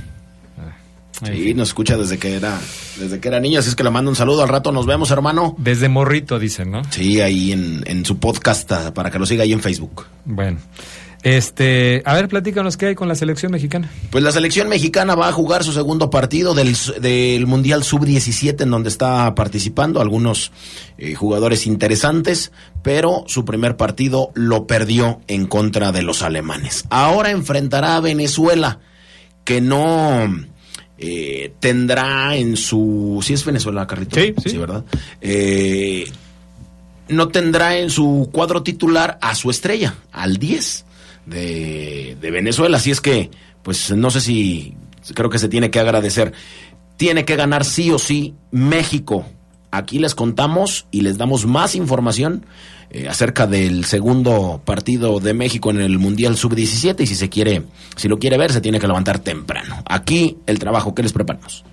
Sí, nos escucha desde que era desde que era niño, así es que le mando un saludo. Al rato nos vemos, hermano. Desde morrito, dicen, ¿no? Sí, ahí en, en su podcast, para que lo siga ahí en Facebook. Bueno, este, a ver, platícanos qué hay con la selección mexicana. Pues la selección mexicana va a jugar su segundo partido del, del Mundial sub diecisiete, en donde está participando algunos eh, jugadores interesantes, pero su primer partido lo perdió en contra de los alemanes. Ahora enfrentará a Venezuela, que no... Eh, tendrá en su... ¿Sí es Venezuela, Carrito? Sí, sí. Sí, ¿verdad? Eh, no tendrá en su cuadro titular a su estrella, al diez de, de Venezuela. Así es que, pues no sé si creo que se tiene que agradecer. Tiene que ganar sí o sí México. Aquí les contamos y les damos más información eh, acerca del segundo partido de México en el Mundial sub diecisiete, y si se quiere, si lo quiere ver, se tiene que levantar temprano. Aquí el trabajo que les preparamos.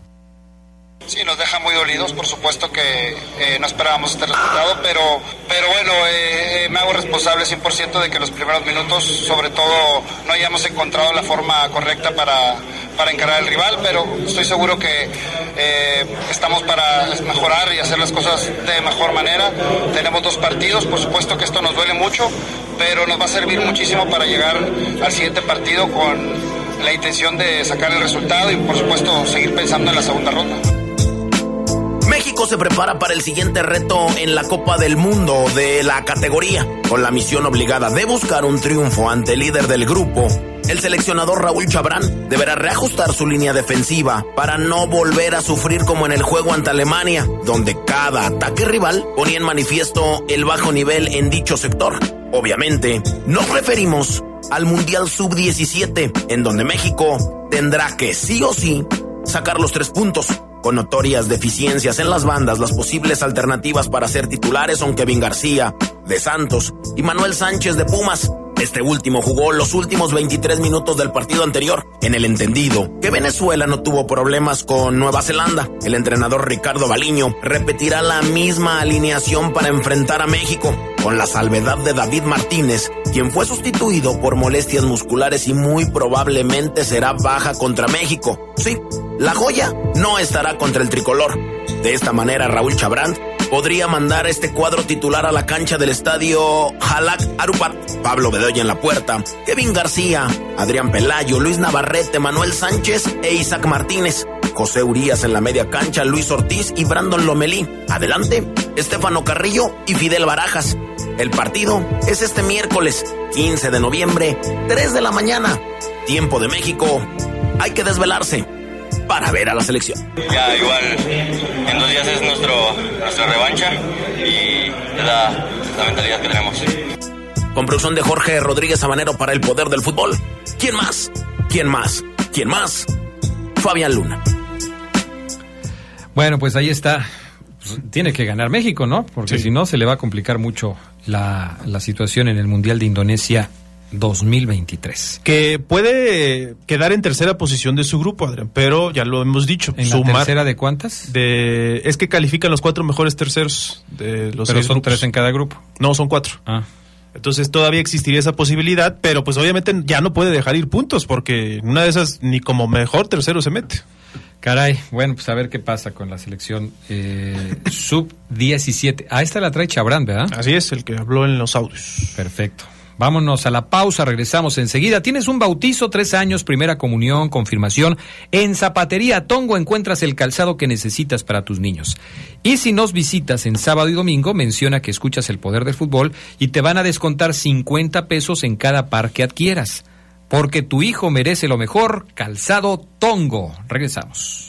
Sí, nos deja muy dolidos, por supuesto que eh, no esperábamos este resultado, pero, pero bueno, eh, me hago responsable cien por ciento de que los primeros minutos, sobre todo, no hayamos encontrado la forma correcta para, para encarar al rival, pero estoy seguro que eh, estamos para mejorar y hacer las cosas de mejor manera. Tenemos dos partidos, por supuesto que esto nos duele mucho, pero nos va a servir muchísimo para llegar al siguiente partido con la intención de sacar el resultado y, por supuesto, seguir pensando en la segunda ronda. México se prepara para el siguiente reto en la Copa del Mundo de la categoría, con la misión obligada de buscar un triunfo ante el líder del grupo. El seleccionador Raúl Chabrán deberá reajustar su línea defensiva para no volver a sufrir como en el juego ante Alemania, donde cada ataque rival ponía en manifiesto el bajo nivel en dicho sector. Obviamente, nos referimos al Mundial sub diecisiete, en donde México tendrá que sí o sí sacar los tres puntos. Con notorias deficiencias en las bandas, las posibles alternativas para ser titulares son Kevin García, de Santos, y Manuel Sánchez, de Pumas. Este último jugó los últimos veintitrés minutos del partido anterior, en el entendido que Venezuela no tuvo problemas con Nueva Zelanda. El entrenador Ricardo Baliño repetirá la misma alineación para enfrentar a México, con la salvedad de David Martínez, quien fue sustituido por molestias musculares y muy probablemente será baja contra México. Sí, la joya no estará contra el tricolor. De esta manera, Raúl Chabrán podría mandar este cuadro titular a la cancha del estadio Jalak Arupat. Pablo Bedoya en la puerta, Kevin García, Adrián Pelayo, Luis Navarrete, Manuel Sánchez e Isaac Martínez. José Urías en la media cancha, Luis Ortiz y Brandon Lomelí. Adelante, Estefano Carrillo y Fidel Barajas. El partido es este miércoles, quince de noviembre, tres de la mañana. Tiempo de México. Hay que desvelarse para ver a la selección. Ya, igual, en dos días es nuestro, nuestra revancha y es la, la mentalidad que tenemos. Con producción de Jorge Rodríguez Sabanero para El Poder del Fútbol. ¿Quién más? ¿Quién más? ¿Quién más? Fabián Luna. Bueno, pues ahí está. Pues tiene que ganar México, ¿no? Porque sí. Si no, se le va a complicar mucho la, la situación en el Mundial de Indonesia dos mil veintitrés. Que puede quedar en tercera posición de su grupo, Adrián, pero ya lo hemos dicho. ¿En sumar la tercera de cuántas? De, es que califican los cuatro mejores terceros de los Pero seis son grupos. tres en cada grupo. No, son cuatro. Ah. Entonces todavía existiría esa posibilidad, pero pues obviamente ya no puede dejar ir puntos, porque en una de esas ni como mejor tercero se mete. Caray, bueno, pues a ver qué pasa con la selección eh, sub diecisiete. Ah, esta la trae Chabrán, ¿verdad? Así es, el que habló en los audios. Perfecto. Vámonos a la pausa, regresamos enseguida. ¿Tienes un bautizo, tres años, primera comunión, confirmación? En Zapatería Tongo encuentras el calzado que necesitas para tus niños. Y si nos visitas en sábado y domingo, menciona que escuchas El Poder del Fútbol y te van a descontar cincuenta pesos en cada par que adquieras. Porque tu hijo merece lo mejor, Calzado Tongo. Regresamos.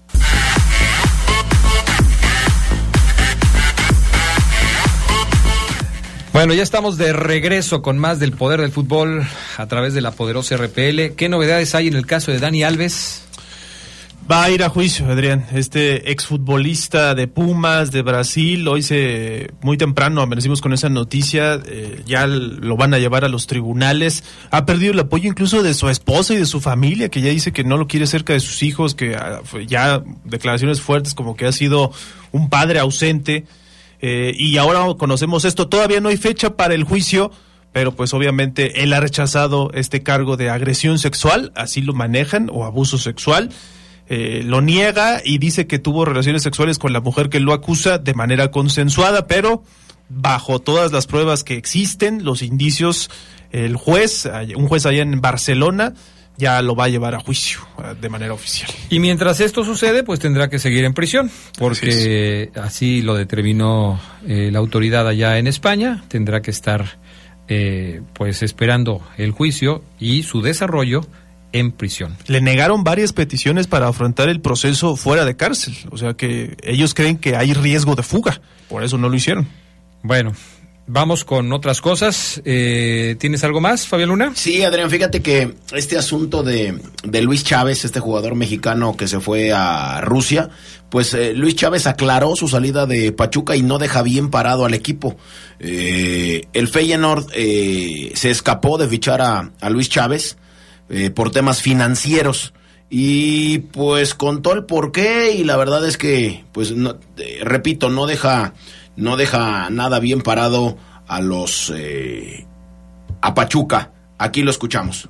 Bueno, ya estamos de regreso con más del Poder del Fútbol a través de la poderosa R P L. ¿Qué novedades hay en el caso de Dani Alves? Va a ir a juicio, Adrián, este exfutbolista de Pumas, de Brasil. Hoy se, muy temprano amanecimos con esa noticia, eh, ya lo van a llevar a los tribunales. Ha perdido el apoyo incluso de su esposa y de su familia, que ya dice que no lo quiere cerca de sus hijos, que ya declaraciones fuertes como que ha sido un padre ausente. Eh, y ahora conocemos esto, todavía no hay fecha para el juicio, pero pues obviamente él ha rechazado este cargo de agresión sexual, así lo manejan, o abuso sexual. Eh, lo niega y dice que tuvo relaciones sexuales con la mujer que lo acusa de manera consensuada, pero bajo todas las pruebas que existen, los indicios, el juez, un juez allá en Barcelona, ya lo va a llevar a juicio de manera oficial. Y mientras esto sucede, pues tendrá que seguir en prisión, porque así, así lo determinó eh, la autoridad allá en España. Tendrá que estar eh, pues esperando el juicio y su desarrollo en prisión. Le negaron varias peticiones para afrontar el proceso fuera de cárcel, o sea que ellos creen que hay riesgo de fuga, por eso no lo hicieron. Bueno, vamos con otras cosas. Eh, ¿Tienes algo más, Fabián Luna? Sí, Adrián, fíjate que este asunto de, de Luis Chávez, este jugador mexicano que se fue a Rusia, pues eh, Luis Chávez aclaró su salida de Pachuca y no deja bien parado al equipo. Eh, el Feyenoord eh, se escapó de fichar a, a Luis Chávez eh, por temas financieros. Y pues contó el porqué y la verdad es que, pues no, eh, repito, no deja, no deja nada bien parado a los eh, a Pachuca. Aquí lo escuchamos.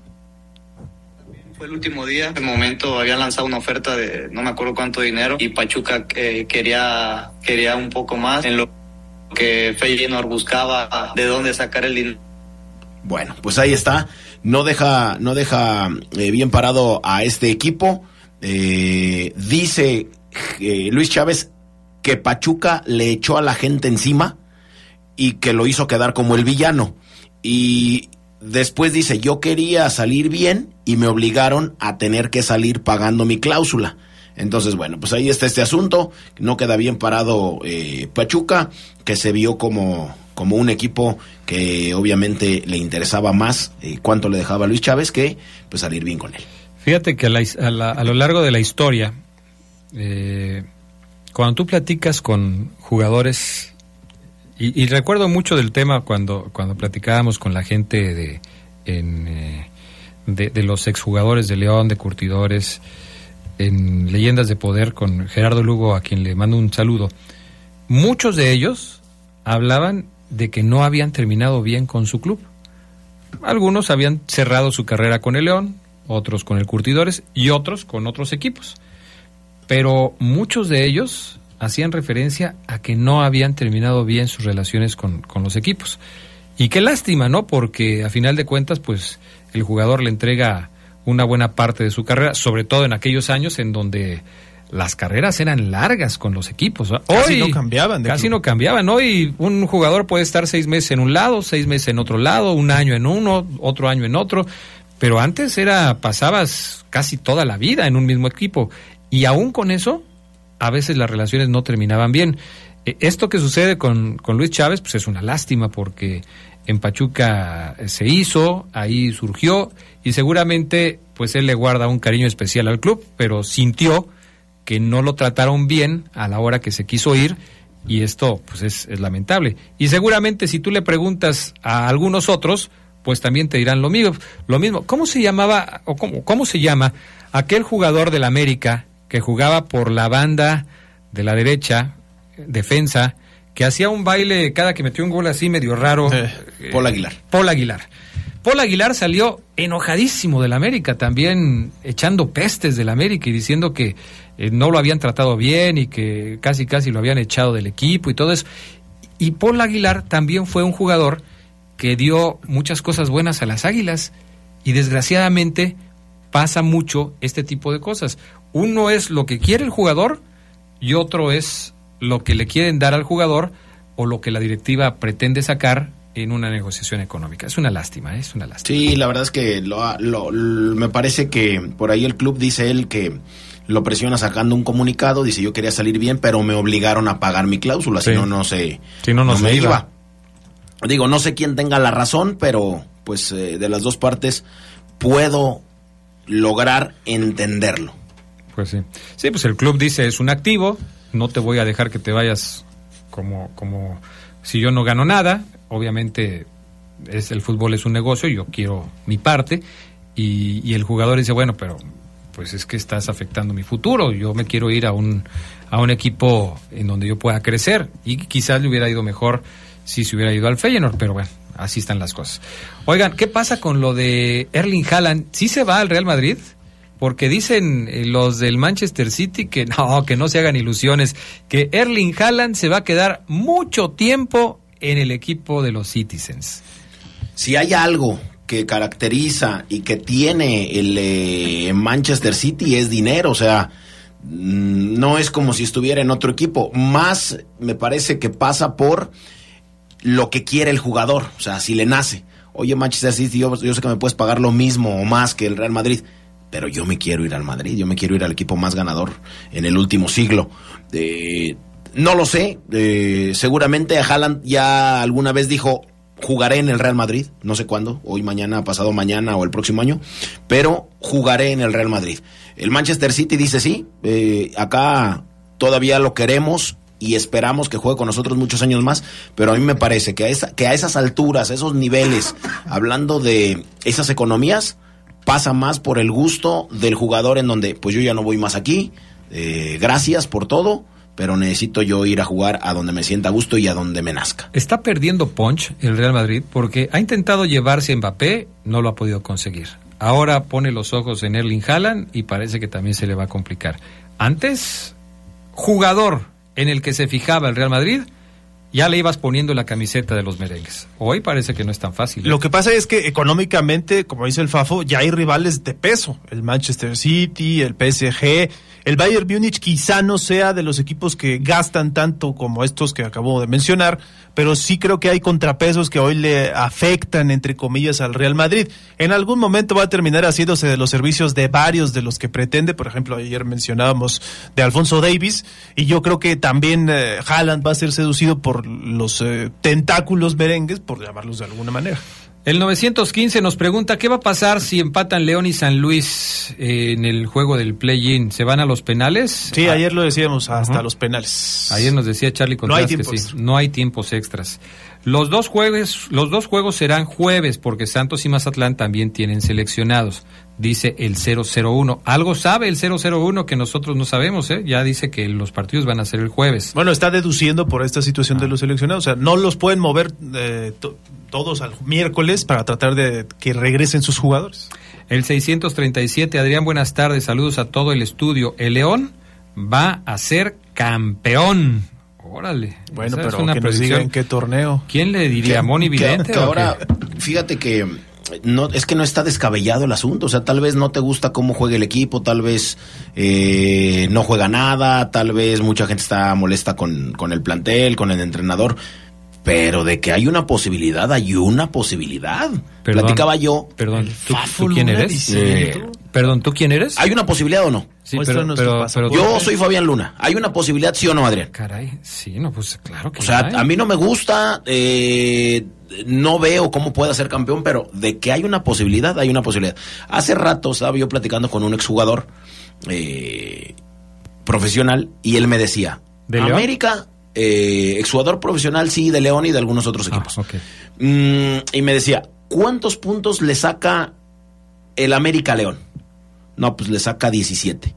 Fue el último día, en el momento habían lanzado una oferta de no me acuerdo cuánto dinero y Pachuca eh, quería quería un poco más en lo que Feyenoord buscaba de dónde sacar el dinero. Bueno, pues ahí está. No deja, no deja eh, bien parado a este equipo. Eh, dice eh, Luis Chávez que Pachuca le echó a la gente encima y que lo hizo quedar como el villano. Y después dice, yo quería salir bien y me obligaron a tener que salir pagando mi cláusula. Entonces, bueno, pues ahí está este asunto. No queda bien parado eh, Pachuca, que se vio como... como un equipo que obviamente le interesaba más eh, cuánto le dejaba a Luis Chávez que pues salir bien con él. Fíjate que a, la, a, la, a lo largo de la historia, eh, cuando tú platicas con jugadores, y, y recuerdo mucho del tema cuando, cuando platicábamos con la gente de, en, eh, de, de los exjugadores de León, de Curtidores, en Leyendas de Poder con Gerardo Lugo, a quien le mando un saludo, muchos de ellos hablaban de que no habían terminado bien con su club. Algunos habían cerrado su carrera con el León, otros con el Curtidores y otros con otros equipos. Pero muchos de ellos hacían referencia a que no habían terminado bien sus relaciones con, con los equipos. Y qué lástima, ¿no? Porque a final de cuentas, pues, el jugador le entrega una buena parte de su carrera, sobre todo en aquellos años en donde las carreras eran largas con los equipos. Hoy, casi no cambiaban. De casi club. no cambiaban. Hoy un jugador puede estar seis meses en un lado, seis meses en otro lado, un año en uno, otro año en otro. Pero antes era, pasabas casi toda la vida en un mismo equipo. Y aún con eso, a veces las relaciones no terminaban bien. Esto que sucede con, con Luis Chávez, pues es una lástima porque en Pachuca se hizo, ahí surgió y seguramente pues él le guarda un cariño especial al club, pero sintió que no lo trataron bien a la hora que se quiso ir y esto pues es, es lamentable. Y seguramente si tú le preguntas a algunos otros, pues también te dirán lo mismo. Lo mismo. ¿Cómo se llamaba o cómo, cómo se llama aquel jugador del América que jugaba por la banda de la derecha, defensa, que hacía un baile cada que metió un gol así medio raro? Eh, Paul Aguilar. Paul Aguilar. Paul Aguilar salió enojadísimo del América, también echando pestes del América y diciendo que eh, no lo habían tratado bien y que casi casi lo habían echado del equipo y todo eso. Y Paul Aguilar también fue un jugador que dio muchas cosas buenas a las Águilas y desgraciadamente pasa mucho este tipo de cosas. Uno es lo que quiere el jugador y otro es lo que le quieren dar al jugador o lo que la directiva pretende sacar en una negociación económica. Es una lástima, ¿eh? es una lástima. Sí, la verdad es que lo, lo, lo, me parece que por ahí el club dice él que lo presiona sacando un comunicado, dice yo quería salir bien, pero me obligaron a pagar mi cláusula, sí. si no, no sé, si no, no, no se me iba. iba. Digo, no sé quién tenga la razón, pero pues eh, de las dos partes puedo lograr entenderlo. Pues sí. Sí, pues el club dice es un activo, no te voy a dejar que te vayas como, como si yo no gano nada. Obviamente es el fútbol es un negocio, yo quiero mi parte y, y el jugador dice, bueno, pero pues es que estás afectando mi futuro, yo me quiero ir a un a un equipo en donde yo pueda crecer y quizás le hubiera ido mejor si se hubiera ido al Feyenoord, pero bueno, así están las cosas. Oigan, ¿qué pasa con lo de Erling Haaland? ¿Sí se va al Real Madrid? Porque dicen eh, los del Manchester City que no, que no se hagan ilusiones, que Erling Haaland se va a quedar mucho tiempo en el equipo de los Citizens. Si hay algo que caracteriza y que tiene el eh, Manchester City es dinero, o sea, no es como si estuviera en otro equipo, más me parece que pasa por lo que quiere el jugador, o sea, si le nace, oye Manchester City, yo, yo sé que me puedes pagar lo mismo o más que el Real Madrid, pero yo me quiero ir al Madrid, yo me quiero ir al equipo más ganador en el último siglo. Eh, no lo sé, eh, seguramente a Haaland ya alguna vez dijo, jugaré en el Real Madrid, no sé cuándo, hoy, mañana, pasado mañana o el próximo año, pero jugaré en el Real Madrid. El Manchester City dice sí, eh, acá todavía lo queremos y esperamos que juegue con nosotros muchos años más, pero a mí me parece que a, esa, que a esas alturas, esos niveles, hablando de esas economías, pasa más por el gusto del jugador en donde, pues yo ya no voy más aquí, eh, gracias por todo, pero necesito yo ir a jugar a donde me sienta a gusto y a donde me nazca. Está perdiendo punch el Real Madrid porque ha intentado llevarse a Mbappé, no lo ha podido conseguir. Ahora pone los ojos en Erling Haaland y parece que también se le va a complicar. Antes, jugador en el que se fijaba el Real Madrid, ya le ibas poniendo la camiseta de los merengues. Hoy parece que no es tan fácil. ¿eh? Lo que pasa es que económicamente, como dice el Fafo, ya hay rivales de peso. El Manchester City, el P S G, el Bayern Múnich quizá no sea de los equipos que gastan tanto como estos que acabo de mencionar, pero sí creo que hay contrapesos que hoy le afectan, entre comillas, al Real Madrid. En algún momento va a terminar haciéndose de los servicios de varios de los que pretende. Por ejemplo, ayer mencionábamos de Alphonso Davies, y yo creo que también eh, Haaland va a ser seducido por los eh, tentáculos merengues, por llamarlos de alguna manera. El novecientos quince nos pregunta, ¿qué va a pasar si empatan León y San Luis eh, en el juego del play-in? ¿Se van a los penales? Sí, ah. ayer lo decíamos, hasta uh-huh. los penales. Ayer nos decía Charlie Contreras no que sí, extra. no hay tiempos extras. Los dos jueves, los dos juegos serán jueves, porque Santos y Mazatlán también tienen seleccionados, dice el cero cero uno. Algo sabe el cero cero uno que nosotros no sabemos, ¿eh? Ya dice que los partidos van a ser el jueves. Bueno, está deduciendo por esta situación ah. de los seleccionados, o sea, no los pueden mover eh, to- todos al miércoles para tratar de que regresen sus jugadores. El seiscientos treinta y siete, Adrián, buenas tardes, saludos a todo el estudio. El León va a ser campeón. Órale. Bueno, pero que nos diga en qué torneo. ¿Quién le diría? ¿Moni Vidente? Que, que ahora, fíjate que no, es que no está descabellado el asunto, o sea, tal vez no te gusta cómo juega el equipo, tal vez eh, no juega nada, tal vez mucha gente está molesta con, con el plantel, con el entrenador, pero de que hay una posibilidad, hay una posibilidad. Perdón, Platicaba yo. Perdón, ¿tú, ¿tú quién eres? Eh, perdón, ¿tú quién eres? ¿Hay una posibilidad o no? Sí, pero, pero, pero yo soy Fabián Luna. ¿Hay una posibilidad, sí o no, Adrián? Caray, sí, no, pues claro que O sea, hay. a mí no me gusta, eh, no veo cómo pueda ser campeón, pero de que hay una posibilidad, hay una posibilidad. Hace rato estaba yo platicando con un exjugador eh, profesional y él me decía, ¿De América, eh, exjugador profesional, sí, de León y de algunos otros equipos. Ah, okay. mm, y me decía, ¿cuántos puntos le saca el América a León? No, pues le saca diecisiete.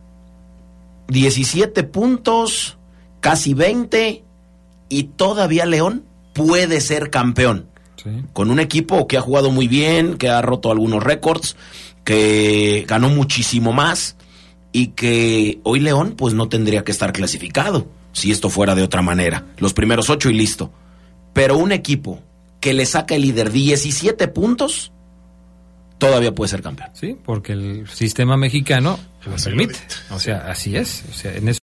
diecisiete puntos, casi veinte, y todavía León puede ser campeón. Sí. Con un equipo que ha jugado muy bien, que ha roto algunos récords, que ganó muchísimo más, y que hoy León pues no tendría que estar clasificado, si esto fuera de otra manera. Los primeros ocho y listo. Pero un equipo que le saca el líder diecisiete puntos, todavía puede ser campeón. Sí, porque el sistema mexicano lo permite. O sea, así es. O sea, en eso